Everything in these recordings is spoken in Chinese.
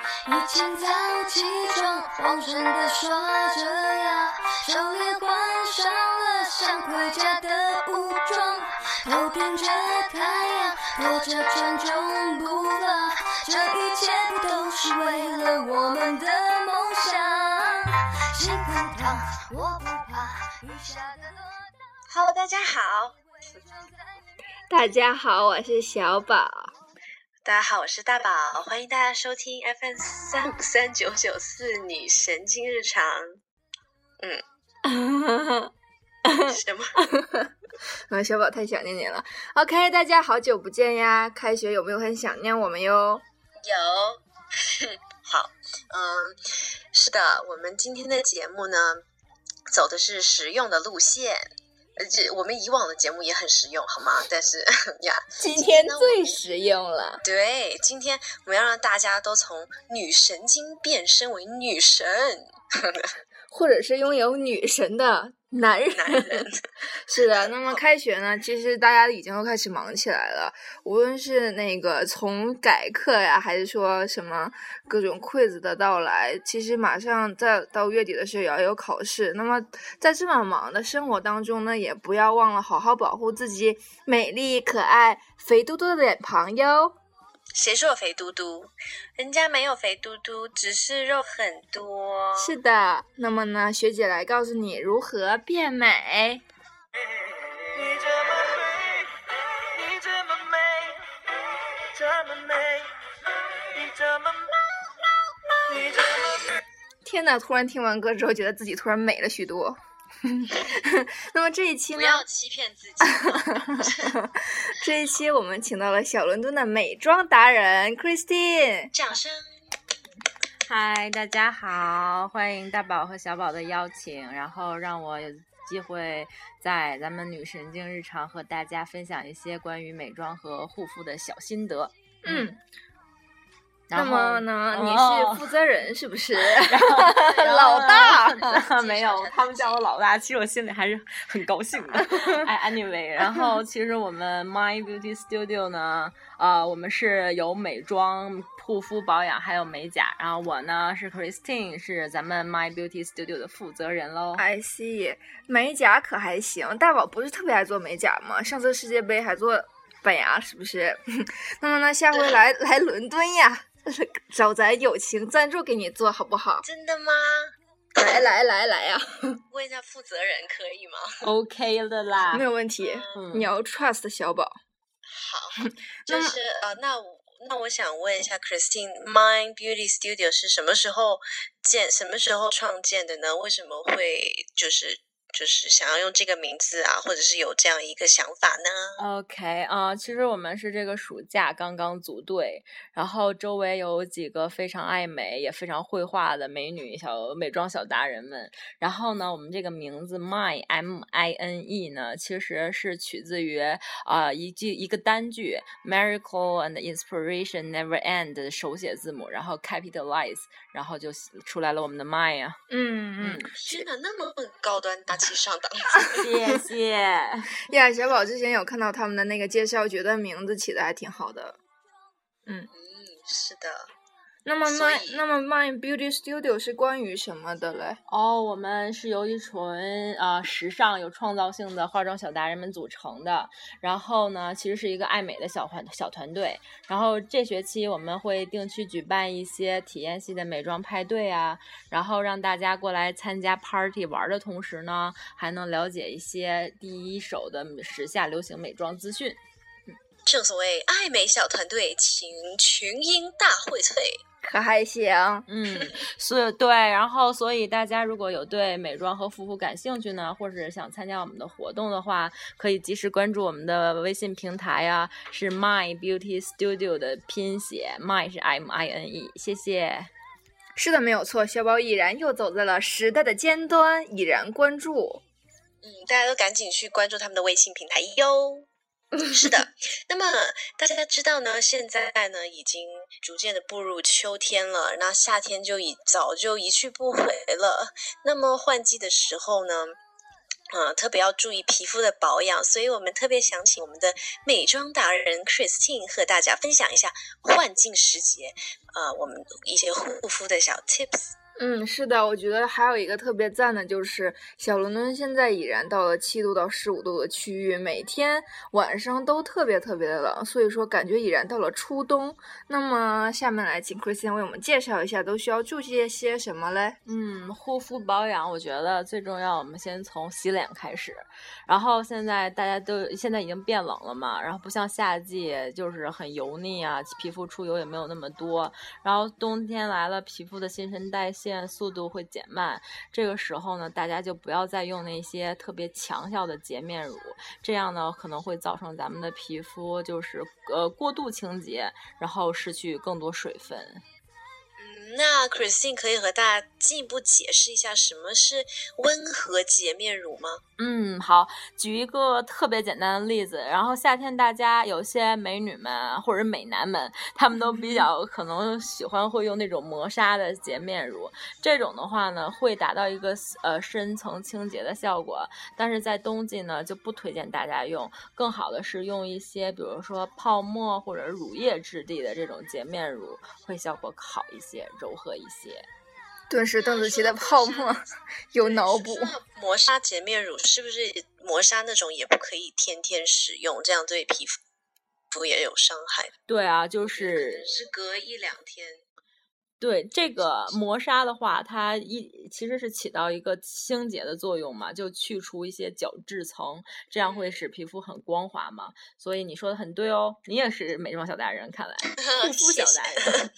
一清早起床，旺盛地刷着牙，手里换上了想回家的武装，头顶着太阳，拖着沉重步伐，这一切不都是为了我们的梦想？心很烫，我不怕雨下的多大。 Hello， 大家好。 大家好，我是小宝。 大家好，我是大宝，欢迎大家收听 FM35994女神经日常。什么？ 小宝太想念你了。OK， 大家好久不见呀！开学有没有很想念我们哟？ 有。好，是的，我们今天的节目呢，走的是实用的路线。我们以往的节目也很实用，好吗？但是呀， 今天最实用了。 对，今天我们要让大家都从女神经变身为女神， 或者是拥有女神的男人。是的，那么开学呢，其实大家已经都开始忙起来了，无论是那个从改课呀，还是说什么各种quiz的到来，其实马上到月底的时候也要有考试。那么在这么忙的生活当中呢，也不要忘了好好保护自己美丽可爱肥嘟嘟的脸庞哟。 谁说我肥嘟嘟？人家没有肥嘟嘟，只是肉很多。 是的，那么呢，学姐来告诉你如何变美。 你这么美，你这么美，这么美，你这么美，你这么美。 天哪！突然听完歌之后，觉得自己突然美了许多。那么这一期呢？ 不要欺骗自己。 这一期我们请到了小伦敦的美妆达人 Christine。 掌声！ 嗨，大家好，欢迎大宝和小宝的邀请，然后让我有机会在咱们女神经日常和大家分享一些关于美妆和护肤的小心得。 那么呢，你是负责人是不是？ 老大？ 没有，他们叫我老大，其实我心里还是很高兴的。anyway， 然后其实我们 My Beauty Studio 呢，我们是有美妆、护肤保养还有美甲，然后我呢是 Christine， 是咱们 My Beauty Studio 的负责人喽。 I see， 美甲可还行，大宝不是特别爱做美甲吗？上次世界杯还做板牙，是不是？那么呢，下回来伦敦呀。找咱友情赞助给你做好不好？ 真的吗？ 来呀！ 问一下负责人可以吗 ？OK 的啦， 没有问题。你要 trust 小宝。 好，就是那我想问一下 Christine，My Beauty Studio 是什么时候创建的呢？为什么会就是想要用这个名字啊，或者是有这样一个想法呢 ？OK 其实我们是这个暑假刚刚组队，然后周围有几个非常爱美也非常会画的美妆小达人们。然后呢，我们这个名字 MINE 呢，其实是取自于一个单句 Miracle and Inspiration Never End 的手写字母，然后 capitalize， 然后就出来了我们的 MINE 啊。 天哪，那么高端大气上档次， 谢谢呀！小宝之前有看到他们的那个介绍，觉得名字起的还挺好的。 是的。 那么 My Beauty Studio 是关于什么的嘞？ 我们是由一群时尚有创造性的化妆小达人们组成的。然后呢，其实是一个爱美的小团队。然后这学期我们会定期举办一些体验系的美妆派对啊，然后让大家过来参加 party 玩的同时呢，还能了解一些第一手的时下流行美妆资讯。 正所谓爱美小团队，请群英大荟萃。 可还行。 所以大家如果有对美妆和护肤感兴趣呢，或者想参加我们的活动的话，可以及时关注我们的微信平台呀，是 My Beauty Studio 的拼写 ，My 是 MINE， 谢谢。 是的，没有错，小宝已然又走在了时代的尖端，已然关注。 大家都赶紧去关注他们的微信平台哟。是的，那么大家知道呢，现在呢已经逐渐的步入秋天了，那夏天早就一去不回了。那么换季的时候呢， 特别要注意皮肤的保养，所以我们特别想请我们的美妆达人 Christine 和大家分享一下换季时节，我们一些护肤的小 tips。 是的，我觉得还有一个特别赞的就是小伦敦现在已然到了7度到15度的区域，每天晚上都特别特别的冷，所以说感觉已然到了初冬。那么下面来请 Christine 为我们介绍一下都需要注意些什么嘞？ 护肤保养我觉得最重要，我们先从洗脸开始。然后现在大家现在已经变冷了嘛，然后不像夏季就是很油腻啊，皮肤出油也没有那么多，然后冬天来了，皮肤的新陈代谢速度会减慢，这个时候呢，大家就不要再用那些特别强效的洁面乳，这样呢可能会造成咱们的皮肤就是过度清洁，然后失去更多水分。 那 Christine 可以和大家进一步解释一下什么是温和洁面乳吗？ 好，举一个特别简单的例子，然后夏天大家有些美女们或者美男们，他们都比较可能喜欢会用那种磨砂的洁面乳，这种的话呢会达到一个深层清洁的效果，但是在冬季呢就不推荐大家用，更好的是用一些比如说泡沫或者乳液质地的这种洁面乳，会效果好一些，柔和一些。 顿时邓紫棋的泡沫有脑补。 磨砂洁面乳是不是磨砂那种也不可以天天使用，这样对皮肤也有伤害？ 对啊，就是隔1-2天。 对，这个磨砂的话，它其实是起到一个清洁的作用嘛，就去除一些角质层，这样会使皮肤很光滑嘛。所以你说的很对哦，你也是美妆小达人，看来护肤小达人。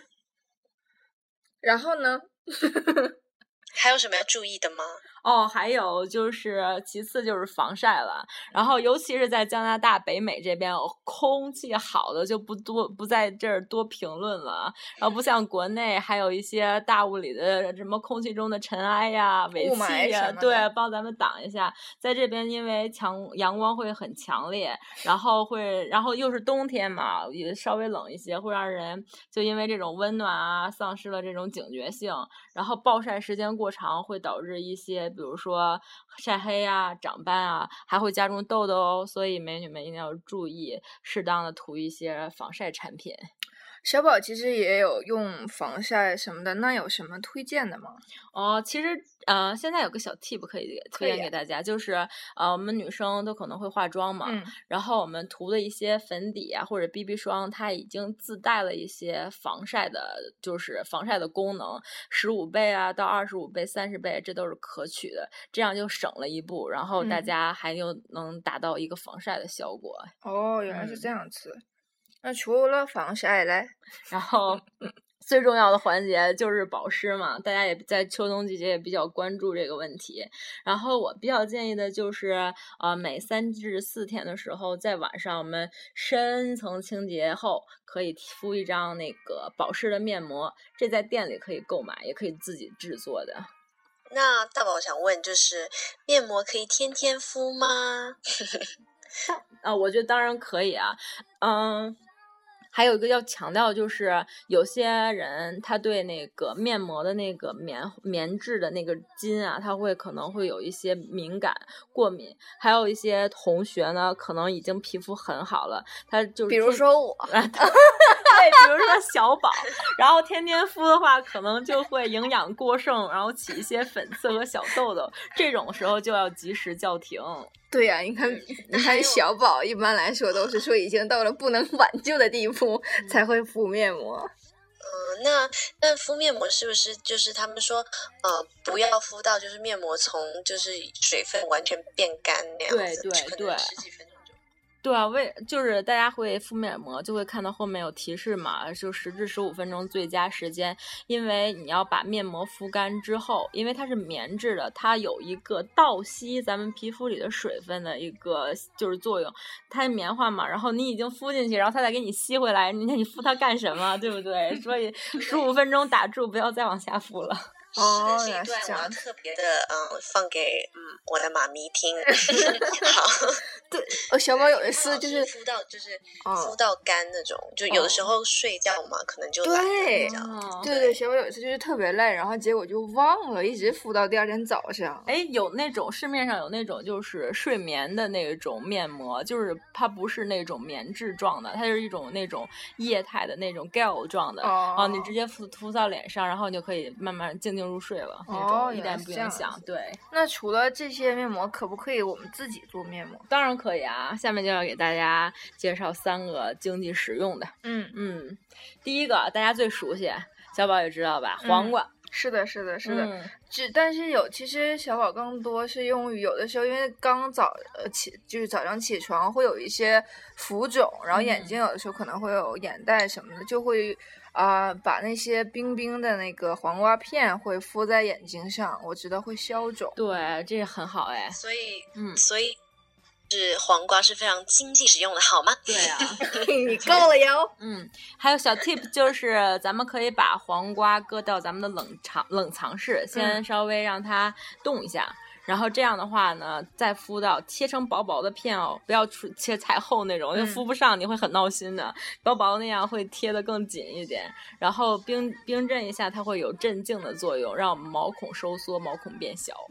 然后呢？ 还有什么要注意的吗？ 还有就是其次就是防晒了，然后尤其是在加拿大北美这边，空气好的就不在这儿多评论了，然后不像国内还有一些大雾里的什么空气中的尘埃呀、尾气呀，对，帮咱们挡一下。在这边因为阳光会很强烈，然后又是冬天嘛，也稍微冷一些，会让人就因为这种温暖啊丧失了这种警觉性，然后暴晒时间过长会导致一些比如说晒黑啊、长斑啊，还会加重痘痘哦，所以美女们一定要注意适当的涂一些防晒产品。 小宝其实也有用防晒什么的，那有什么推荐的吗？ 其实现在有个小 tip 可以推荐给大家，就是我们女生都可能会化妆嘛，然后我们涂的一些粉底啊或者 BB 霜，它已经自带了一些防晒的功能，15倍啊到25倍、30倍，这都是可取的，这样就省了一步，然后大家还又能达到一个防晒的效果。 原来是这样子。那除了防晒嘞， 然后最重要的环节就是保湿嘛，大家也在秋冬季节也比较关注这个问题。然后我比较建议的就是每3至4天的时候，在晚上我们深层清洁后，可以敷一张那个保湿的面膜，这在店里可以购买，也可以自己制作的。 那大宝想问，就是面膜可以天天敷吗？ 我觉得当然可以啊，还有一个要强调，就是有些人他对那个面膜的那个棉质的那个筋啊，他可能会有一些敏感过敏，还有一些同学呢可能已经皮肤很好了，他就是比如说我对，比如说小宝，然后天天敷的话可能就会营养过剩，然后起一些粉刺和小痘痘，这种时候就要及时叫停。 对呀，你看小宝一般来说都是说已经到了不能挽救的地步才会敷面膜。 那敷面膜是不是就是他们说不要敷到就是面膜从就是水分完全变干那样子， 对可能10几分钟就。 对啊，就是大家会敷面膜就会看到后面有提示嘛，就10至15分钟最佳时间，因为你要把面膜敷干之后，因为它是棉质的，它有一个倒吸咱们皮肤里的水分的一个就是作用，它棉花嘛，然后你已经敷进去，然后它再给你吸回来，你敷它干什么，对不对？所以15分钟打住，不要再往下敷了。 是的，这一段我要特别的放给我的妈咪听。好， 对，小宝有一次就是敷到干那种，就有的时候睡觉嘛，可能就对，小宝有一次就是特别累，然后结果就忘了，一直敷到第二天早上。 哎，有那种市面上有那种就是睡眠的那种面膜，就是它不是那种棉质状的，它是一种那种液态的那种 gel 状的，你直接敷到脸上，然后你就可以慢慢静静入睡了，那种一点不影响。对， 那除了这些面膜，可不可以我们自己做面膜？ 当然可以啊，下面就要给大家介绍3个经济实用的。第一个大家最熟悉，小宝也知道吧，黄瓜。 是的。但是其实小宝更多是用于有的时候，因为刚就是早上起床会有一些浮肿，然后眼睛有的时候可能会有眼袋什么的，就会把那些冰冰的那个黄瓜片会敷在眼睛上，我知道会消肿。 对，这很好哎。 所以是黄瓜是非常经济实用的，好吗？ 对啊， 你够了哟。 还有小 tip 就是咱们可以把黄瓜搁到咱们的冷藏室，先稍微让它冻一下。然后这样的话呢，再敷到切成薄薄的片哦，不要切太厚那种，就敷不上，你会很闹心的。薄薄那样会贴得更紧一点，然后冰镇一下，它会有镇静的作用，让毛孔收缩，毛孔变小。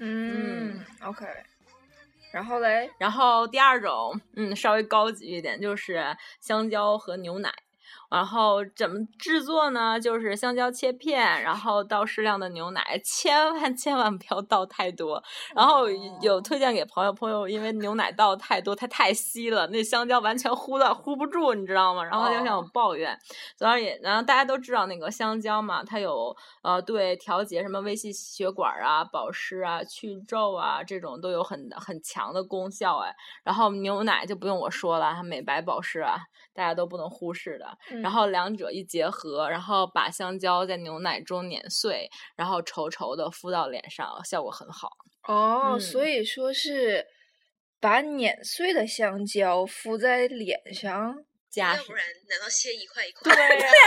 OK。然后嘞， 然后第二种，稍微高级一点，就是香蕉和牛奶。然后怎么制作呢？就是香蕉切片，然后倒适量的牛奶，千万不要倒太多。然后有推荐给朋友，因为牛奶倒太多，它太稀了，那香蕉完全糊不住，你知道吗？然后就向我抱怨。然后大家都知道那个香蕉嘛，它有对调节什么微细血管啊、保湿啊、去皱啊这种都有很强的功效哎。然后牛奶就不用我说了，它美白保湿啊，大家都不能忽视的。然后两者一结合，然后把香蕉在牛奶中碾碎，然后稠稠的敷到脸上，效果很好。 所以说是把碾碎的香蕉敷在脸上， 要不然难道切一块一块？ 对呀。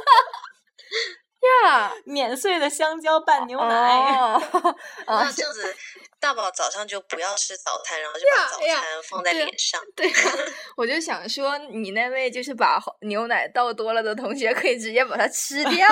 碾碎的香蕉拌牛奶。 那这样子，大宝早上就不要吃早餐，然后就把早餐放在脸上。 对，我就想说，你那位就是把牛奶倒多了的同学，可以直接把它吃掉。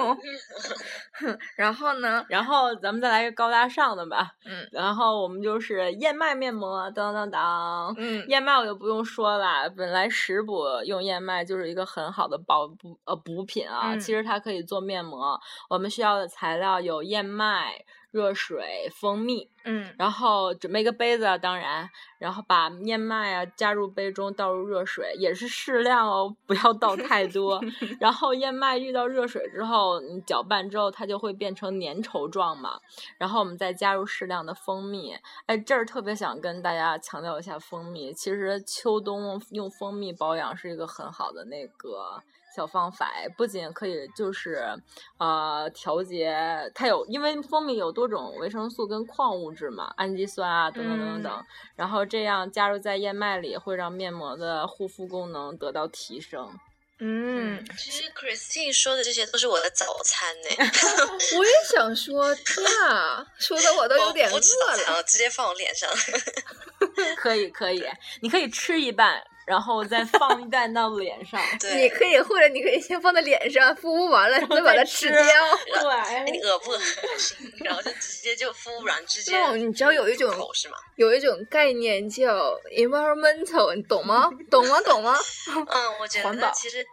然后呢？ 然后咱们再来一个高大上的吧。然后我们就是燕麦面膜，当。燕麦我就不用说了，本来食补用燕麦就是一个很好的补品啊。其实它可以做面膜。我们需要的材料有燕麦、热水、蜂蜜。然后准备一个杯子，当然，然后把燕麦加入杯中，倒入热水，也是适量哦，不要倒太多。然后燕麦遇到热水之后，你搅拌之后，它就会变成粘稠状嘛。然后我们再加入适量的蜂蜜。这儿特别想跟大家强调一下蜂蜜，其实秋冬用蜂蜜保养是一个很好的那个小方法，不仅可以就是调节，因为蜂蜜有多种维生素跟矿物质嘛，氨基酸啊等等，然后这样加入在燕麦里，会让面膜的护肤功能得到提升。 其实 Christine 说的这些都是我的早餐呢。 我也想说，天啊，说的我都有点饿了， 直接放我脸上。 可以，你可以吃一半。然后再放一半到脸上。 对， 你可以，或者你可以先放在脸上，敷完了再把它吃掉。 对， 你恶不恶心？然后就直接就敷完，直接。 你知道有一种是吗？ 有一种概念叫 environmental， 你懂吗？懂吗？ 我觉得其实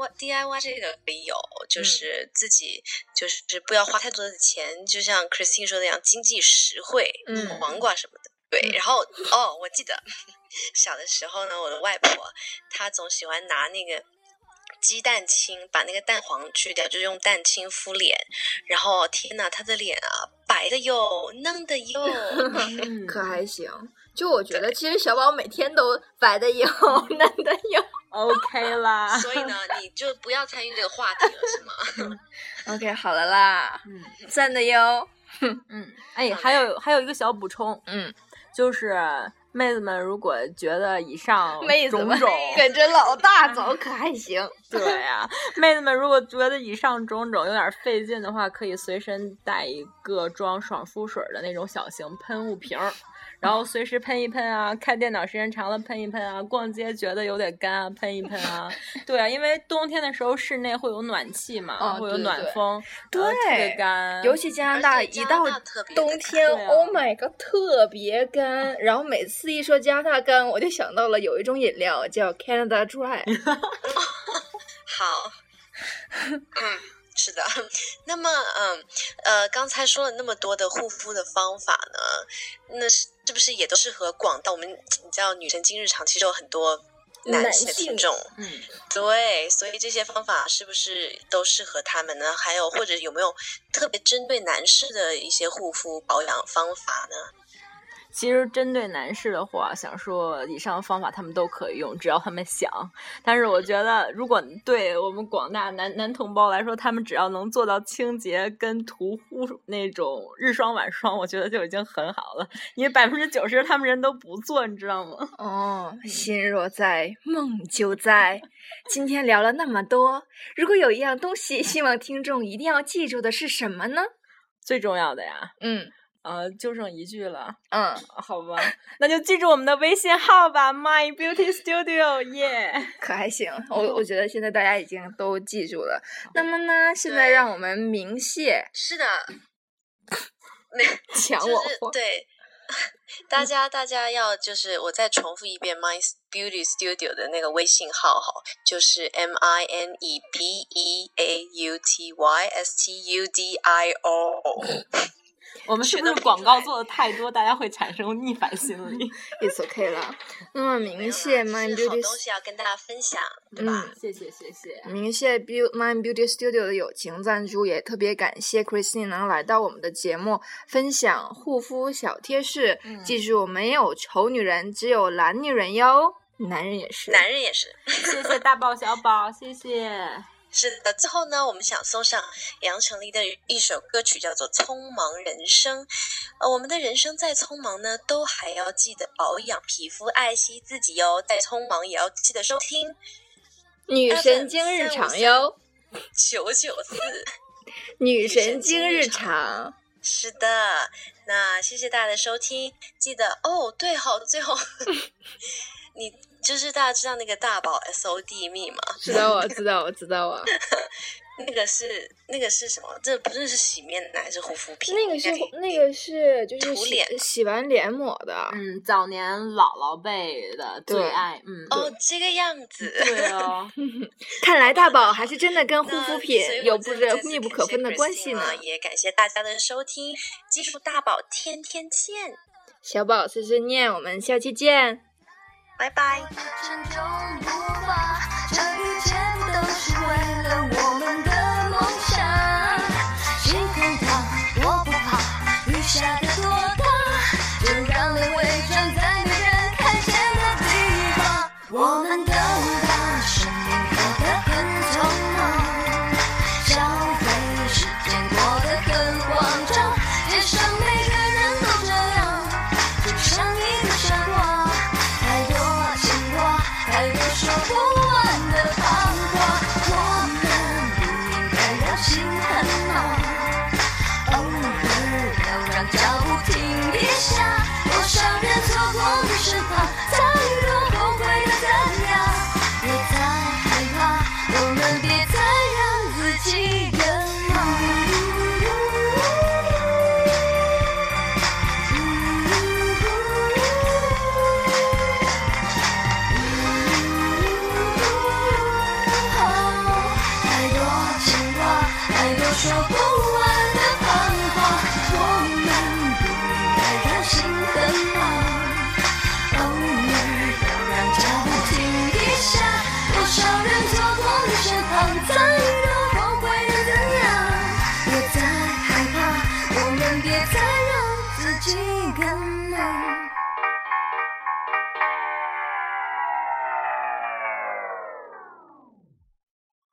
DIY 这个可以有，就是自己就是不要花太多的钱，就像 Christine 说的那样，经济实惠，黄瓜什么的。对，然后我记得小的时候呢，我的外婆她总喜欢拿那个鸡蛋清把那个蛋黄去掉，就是用蛋清敷脸，然后天哪，她的脸白的哟，嫩的哟。 可还行，就我觉得其实小宝每天都白的哟，嫩的哟。 OK 啦， 所以呢，你就不要参与这个话题了，是吗 ？OK， 好了啦，赞的哟。 还有一个小补充，就是妹子们如果觉得以上妹子们种种跟着老大走可还行？ 对呀，妹子们如果觉得以上种种有点费劲的话，可以随身带一个装爽肤水的那种小型喷雾瓶儿。然后随时喷一喷啊，看电脑时间长了喷一喷啊，逛街觉得有点干啊，喷一喷啊。对啊，因为冬天的时候室内会有暖气嘛，会有暖风， 对， 特别干。 尤其加拿大一到冬天，Oh my god， 特别干。然后每次一说加拿大干，我就想到了有一种饮料叫 Canada Dry。 好，是的，那么刚才说了那么多的护肤的方法呢，那是不是也都适合广大我们你知道女神经日常其实有很多男性的听众，对，所以这些方法是不是都适合他们呢？还有或者有没有特别针对男士的一些护肤保养方法呢？ 其实针对男士的话，想说以上方法他们都可以用，只要他们想。但是我觉得，如果对我们广大男同胞来说，他们只要能做到清洁跟涂护那种日霜晚霜，我觉得就已经很好了。因为90%他们人都不做，你知道吗？ 哦，心若在，梦就在。今天聊了那么多，如果有一样东西，希望听众一定要记住的是什么呢？ 最重要的呀，就剩一句了。好吧，那就记住我们的微信号吧 ，My Beauty Studio， 耶、 可还行，我觉得现在大家已经都记住了。那么呢，现在让我们鸣谢。 是的， 抢我货。 对，大家要就是我再重复一遍 My Beauty Studio 的那个微信号哈，就是 MINEBEAUTYSTUDIO。 我们是不是广告做的太多，大家会产生逆反心理 ？It's okay 了。那么鸣谢 My Beauty， 好东西要跟大家分享，对吧？ 谢谢。 鸣谢 My Beauty Studio 的友情赞助，也特别感谢 Christine 能来到我们的节目，分享护肤小贴士。记住，没有丑女人，只有懒女人哟。男人也是。 谢谢大宝小宝，谢谢。 是的，最后呢，我们想送上杨丞琳的一首歌曲，叫做《匆忙人生》。我们的人生再匆忙呢，都还要记得保养皮肤，爱惜自己哟。再匆忙也要记得收听女神经日常哟 ，994 女神经日常。 是的，那谢谢大家的收听，记得哦，对好，最后你。就是大家知道那个大宝 SOD 密码？ 知道啊。 那个是什么？这不是洗面奶还是护肤品？ 那个是就是涂脸洗完脸抹的。 早年姥姥辈的最爱。 哦，这个样子。 对哦。 看来大宝还是真的跟护肤品有不着密不可分的关系呢。 也感谢大家的收听，记住大宝天天见， 小宝碎碎念，我们下期见。 拜拜。 沉重不怕，这一切不都是为了我们的梦想？心很烫，我不怕，雨下得多大，就让泪微转在没人看见的地方。我们都把生命过得很匆忙，消费时间过得很慌张，街上每个人都这样，就像一个傻瓜。太多说不完的彷徨，我们不应该让心很忙，偶尔要让脚步停一下。多少人错过你身旁，遭遇过后悔的怎样？别再害怕，我们别再让自己更忙。说不完的彷徨，我们不应该让心很忙，偶尔要让脚步停一下。多少人错过你身旁，